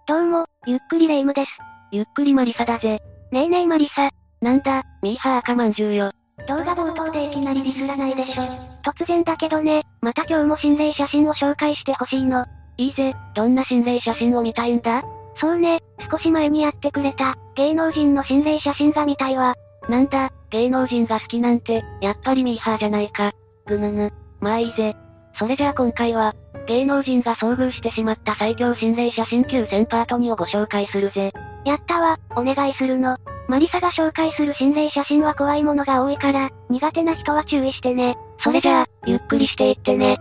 どうも、ゆっくりレ夢ムです。 ゆっくりマリサだぜ。 ねえねえマリサ。 なんだ、ミーハー赤まんじゅうよ。 動画冒頭でいきなりディスらないでしょ。突然だけどね、また今日も心霊写真を紹介してほしいの。 いいぜ、どんな心霊写真を見たいんだ？ そうね、少し前にやってくれた、芸能人の心霊写真が見たいわ。 なんだ、芸能人が好きなんて、やっぱりミーハーじゃないか。ぐぬぬ。まあいいぜ。それじゃあ今回は、芸能人が遭遇してしまった最強心霊写真9000パート2をご紹介するぜ。 やったわ、お願いするの。マリサが紹介する心霊写真は怖いものが多いから、苦手な人は注意してね。 それじゃあ、ゆっくりしていってね。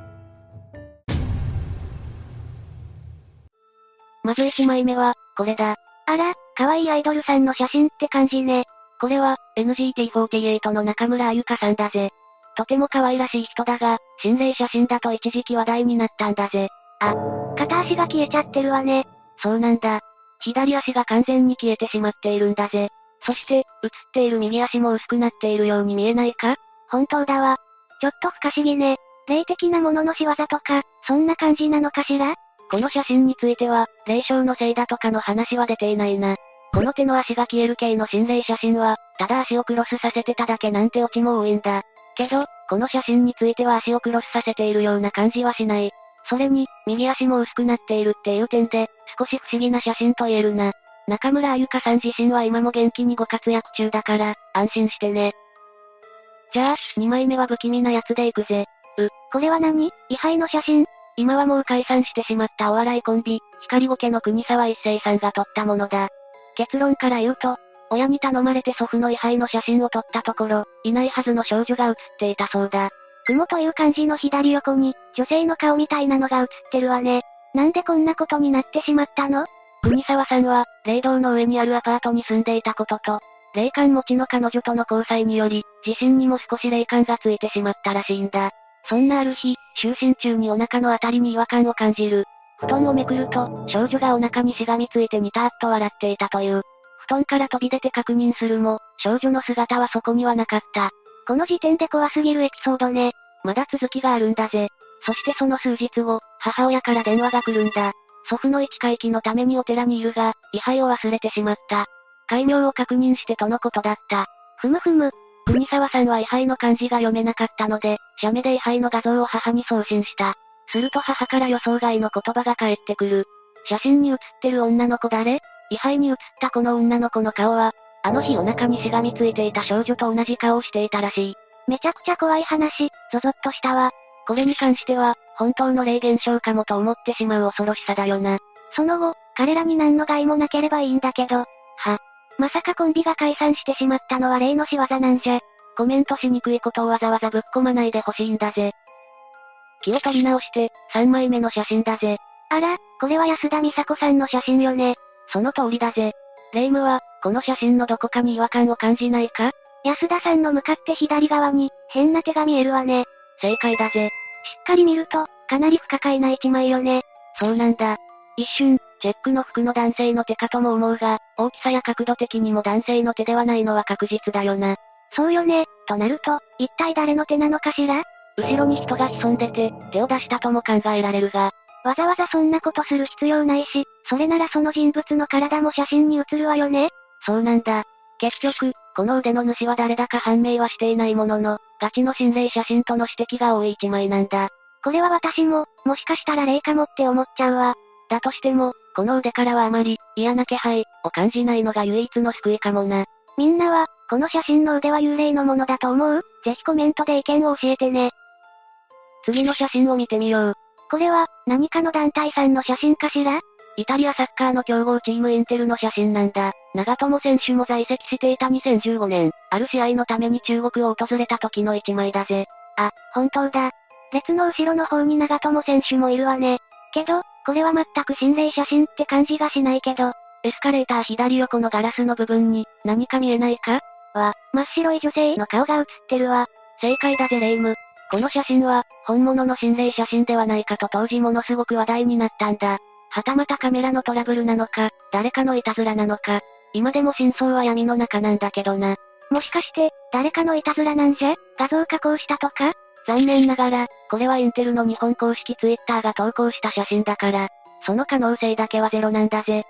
まず1枚目は、これだ。 あら、可愛いアイドルさんの写真って感じね。 これは、NGT48 の中村あゆかさんだぜ。とても可愛らしい人だが、心霊写真だと一時期話題になったんだぜ。 あ、片足が消えちゃってるわね。 そうなんだ。左足が完全に消えてしまっているんだぜ。そして、映っている右足も薄くなっているように見えないか？ 本当だわ。ちょっと不可思議ね。霊的なものの仕業とか、そんな感じなのかしら？ この写真については、霊障のせいだとかの話は出ていないな。この手の足が消える系の心霊写真は、ただ足をクロスさせてただけなんてオチも多いんだ。けど、この写真については足をクロスさせているような感じはしない。それに、右足も薄くなっているっていう点で、少し不思議な写真と言えるな。中村あゆかさん自身は今も元気にご活躍中だから、安心してね。じゃあ、2枚目は不気味なやつでいくぜ。 これは何？位牌の写真？ 今はもう解散してしまったお笑いコンビ、光ゴケの国沢一生さんが撮ったものだ。結論から言うと、親に頼まれて祖父の位牌の写真を撮ったところ、いないはずの少女が写っていたそうだ。 雲という漢字の左横に、女性の顔みたいなのが写ってるわね。なんでこんなことになってしまったの？ 国沢さんは、霊道の上にあるアパートに住んでいたことと、霊感持ちの彼女との交際により、自身にも少し霊感がついてしまったらしいんだ。そんなある日、就寝中にお腹のあたりに違和感を感じる。布団をめくると、少女がお腹にしがみついてニターッと笑っていたという。布団から飛び出て確認するも、少女の姿はそこにはなかった。 この時点で怖すぎるエピソードね。 まだ続きがあるんだぜ。そしてその数日後、母親から電話が来るんだ。祖父の一回忌のためにお寺にいるが、位牌を忘れてしまった。戒名を確認してとのことだった。 ふむふむ。 国沢さんは位牌の漢字が読めなかったので、写メで位牌の画像を母に送信した。すると母から予想外の言葉が返ってくる。写真に写ってる女の子誰？位牌に写ったこの女の子の顔は、あの日お腹にしがみついていた少女と同じ顔をしていたらしい。 めちゃくちゃ怖い話、ゾゾッとしたわ。 これに関しては、本当の霊現象かもと思ってしまう恐ろしさだよな。 その後、彼らに何の害もなければいいんだけど。まさかコンビが解散してしまったのは霊の仕業なんじゃ。 コメントしにくいことをわざわざぶっ込まないでほしいんだぜ。気を取り直して、3枚目の写真だぜ。 あら、これは安田美沙子さんの写真よね。 その通りだぜ。霊夢は、この写真のどこかに違和感を感じないか？ 安田さんの向かって左側に、変な手が見えるわね。 正解だぜ。 しっかり見ると、かなり不可解な一枚よね。 そうなんだ。一瞬、チェックの服の男性の手かとも思うが、大きさや角度的にも男性の手ではないのは確実だよな。 そうよね、となると、一体誰の手なのかしら？ 後ろに人が潜んでて、手を出したとも考えられるが。 わざわざそんなことする必要ないし、それならその人物の体も写真に写るわよね？ そうなんだ。結局、この腕の主は誰だか判明はしていないものの、ガチの心霊写真との指摘が多い一枚なんだ。 これは私も、もしかしたら霊かもって思っちゃうわ。 だとしても、この腕からはあまり、嫌な気配、を感じないのが唯一の救いかもな。 みんなは、この写真の腕は幽霊のものだと思う？ぜひコメントで意見を教えてね。 次の写真を見てみよう。 これは、何かの団体さんの写真かしら？ イタリアサッカーの強豪チームインテルの写真なんだ。長友選手も在籍していた2015年、ある試合のために中国を訪れた時の一枚だぜ。 あ、本当だ。列の後ろの方に長友選手もいるわね。けど、これは全く心霊写真って感じがしないけど、 エスカレーター左横のガラスの部分に、何か見えないか？ 真っ白い女性の顔が写ってるわ。 正解だぜ霊夢。この写真は、本物の心霊写真ではないかと当時ものすごく話題になったんだ。はたまたカメラのトラブルなのか、誰かのいたずらなのか。今でも真相は闇の中なんだけどな。 もしかして、誰かのいたずらなんじゃ？画像加工したとか？ 残念ながら、これはインテルの日本公式ツイッターが投稿した写真だから、その可能性だけはゼロなんだぜ。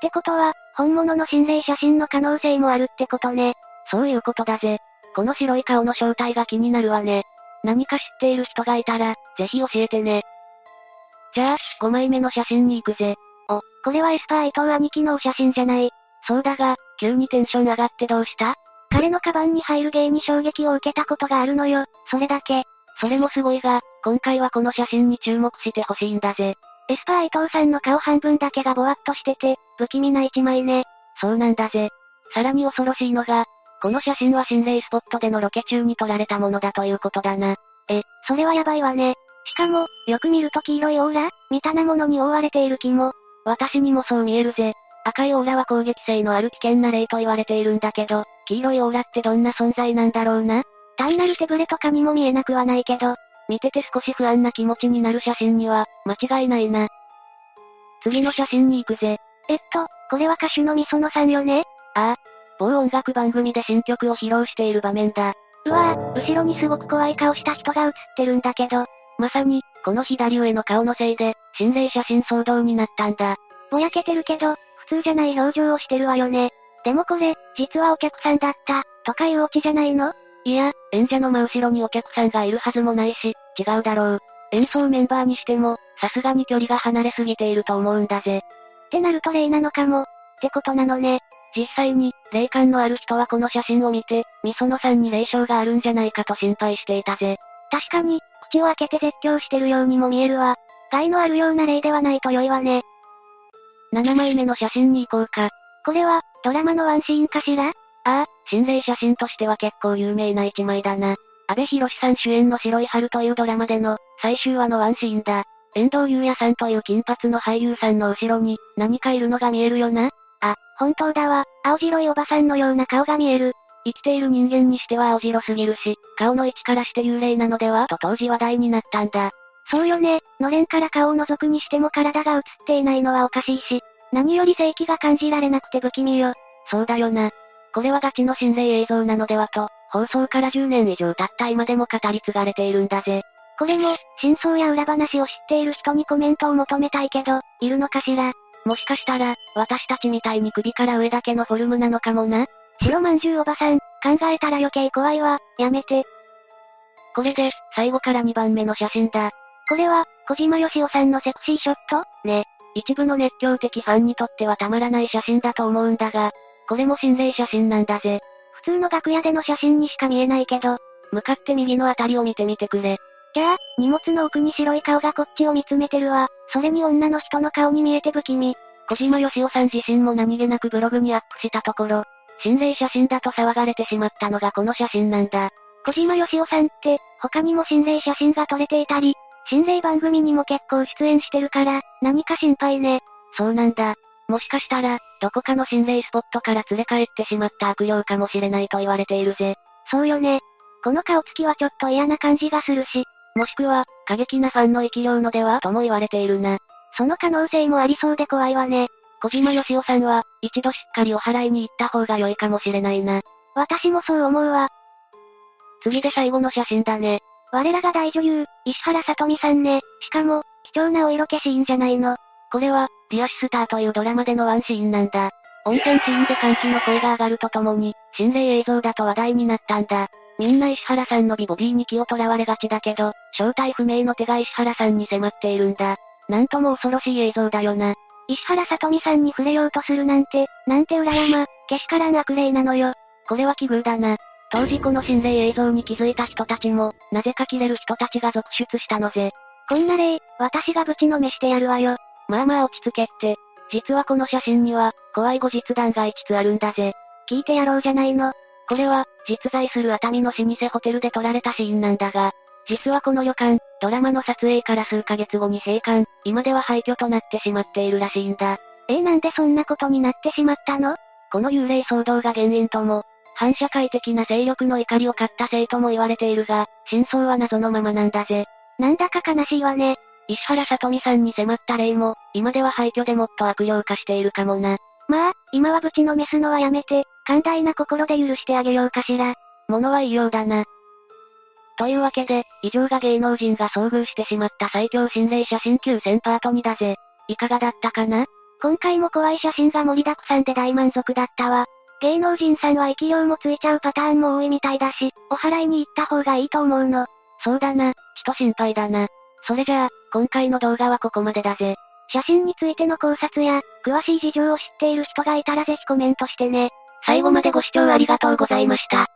ってことは、本物の心霊写真の可能性もあるってことね。 そういうことだぜ。この白い顔の正体が気になるわね。何か知っている人がいたら、ぜひ教えてね。じゃあ、5枚目の写真に行くぜ。 お、これはエスパー伊藤兄貴のお写真じゃない。 そうだが、急にテンション上がってどうした？ 彼のカバンに入る芸に衝撃を受けたことがあるのよ、それだけ。 それもすごいが、今回はこの写真に注目してほしいんだぜ。 エスパー伊藤さんの顔半分だけがぼわっとしてて、不気味な一枚ね。 そうなんだぜ。さらに恐ろしいのが、この写真は心霊スポットでのロケ中に撮られたものだということだな。 それはやばいわね。しかも、よく見ると黄色いオーラみたいなものに覆われている気も。 私にもそう見えるぜ。赤いオーラは攻撃性のある危険な霊と言われているんだけど、黄色いオーラってどんな存在なんだろうな。 単なる手ぶれとかにも見えなくはないけど、 見てて少し不安な気持ちになる写真には、間違いないな。次の写真に行くぜ。 これは歌手のみそのさんよね？ ああ。某音楽番組で新曲を披露している場面だ。 うわぁ、後ろにすごく怖い顔した人が写ってるんだけど。 まさに、この左上の顔のせいで、心霊写真騒動になったんだ。 ぼやけてるけど、普通じゃない表情をしてるわよね。でもこれ、実はお客さんだった、とかいうオチじゃないの？ いや、演者の真後ろにお客さんがいるはずもないし、違うだろう。演奏メンバーにしても、さすがに距離が離れすぎていると思うんだぜ。 ってなると霊なのかも、ってことなのね。 実際に、霊感のある人はこの写真を見て、みそのさんに霊障があるんじゃないかと心配していたぜ。 確かに、口を開けて絶叫してるようにも見えるわ。害のあるような霊ではないと良いわね。 7枚目の写真に行こうか。 これは、ドラマのワンシーンかしら？ ああ、心霊写真としては結構有名な一枚だな。阿部寛さん主演の白い春というドラマでの、最終話のワンシーンだ。遠藤優也さんという金髪の俳優さんの後ろに、何かいるのが見えるよな。 あ、本当だわ。青白いおばさんのような顔が見える。 生きている人間にしては青白すぎるし、顔の位置からして幽霊なのではと当時話題になったんだ。 そうよね、のれんから顔を覗くにしても体が映っていないのはおかしいし、何より正気が感じられなくて不気味よ。 そうだよな。これはガチの心霊映像なのではと、放送から10年以上経った今でも語り継がれているんだぜ。 これも、真相や裏話を知っている人にコメントを求めたいけど、いるのかしら？ もしかしたら、私たちみたいに首から上だけのフォルムなのかもな。 白まんじゅうおばさん、考えたら余計怖いわ、やめて。 これで、最後から2番目の写真だ。 これは、小島よしおさんのセクシーショット？ね。 一部の熱狂的ファンにとってはたまらない写真だと思うんだが、これも心霊写真なんだぜ。 普通の楽屋での写真にしか見えないけど、 向かって右のあたりを見てみてくれ。 じゃあ、荷物の奥に白い顔がこっちを見つめてるわ。それに女の人の顔に見えて不気味。 小島よしおさん自身も何気なくブログにアップしたところ、心霊写真だと騒がれてしまったのがこの写真なんだ。 小島よしおさんって、他にも心霊写真が撮れていたり、心霊番組にも結構出演してるから、何か心配ね。 そうなんだ。もしかしたら、どこかの心霊スポットから連れ帰ってしまった悪霊かもしれないと言われているぜ。 そうよね。この顔つきはちょっと嫌な感じがするし、 もしくは、過激なファンの生き量のではとも言われているな。 その可能性もありそうで怖いわね。 小島よしおさんは、一度しっかりお祓いに行った方が良いかもしれないな。 私もそう思うわ。 次で最後の写真だね。 我らが大女優、石原さとみさんね。しかも、貴重なお色気シーンじゃないの。 これは、ディアシスターというドラマでのワンシーンなんだ。温泉シーンで歓喜の声が上がるとともに、心霊映像だと話題になったんだ。みんな石原さんの美ボディに気をとらわれがちだけど、正体不明の手が石原さんに迫っているんだ。なんとも恐ろしい映像だよな。 石原さとみさんに触れようとするなんて裏山、けしからん悪霊なのよ。 これは奇遇だな。当時この心霊映像に気づいた人たちも、なぜかキレる人たちが続出したのぜ。 こんな霊、私がぶちのめしてやるわよ。 まあまあ落ち着けって。実はこの写真には、怖い後日談が一つあるんだぜ。 聞いてやろうじゃないの。 これは、実在する熱海の老舗ホテルで撮られたシーンなんだが、実はこの旅館、ドラマの撮影から数ヶ月後に閉館、今では廃墟となってしまっているらしいんだ。 なんでそんなことになってしまったの？ この幽霊騒動が原因とも、反社会的な勢力の怒りを買ったせいとも言われているが、真相は謎のままなんだぜ。 なんだか悲しいわね。 石原さとみさんに迫った霊も、今では廃墟でもっと悪霊化しているかもな。 まあ、今はぶちのめすのはやめて、寛大な心で許してあげようかしら。 物は言いようだな。というわけで、以上が芸能人が遭遇してしまった最強心霊写真9000パート2だぜ。いかがだったかな？ 今回も怖い写真が盛りだくさんで大満足だったわ。芸能人さんは生き量もついちゃうパターンも多いみたいだし、お祓いに行った方がいいと思うの。 そうだな、ちと心配だな。それじゃあ、今回の動画はここまでだぜ。 写真についての考察や、詳しい事情を知っている人がいたらぜひコメントしてね。 最後までご視聴ありがとうございました。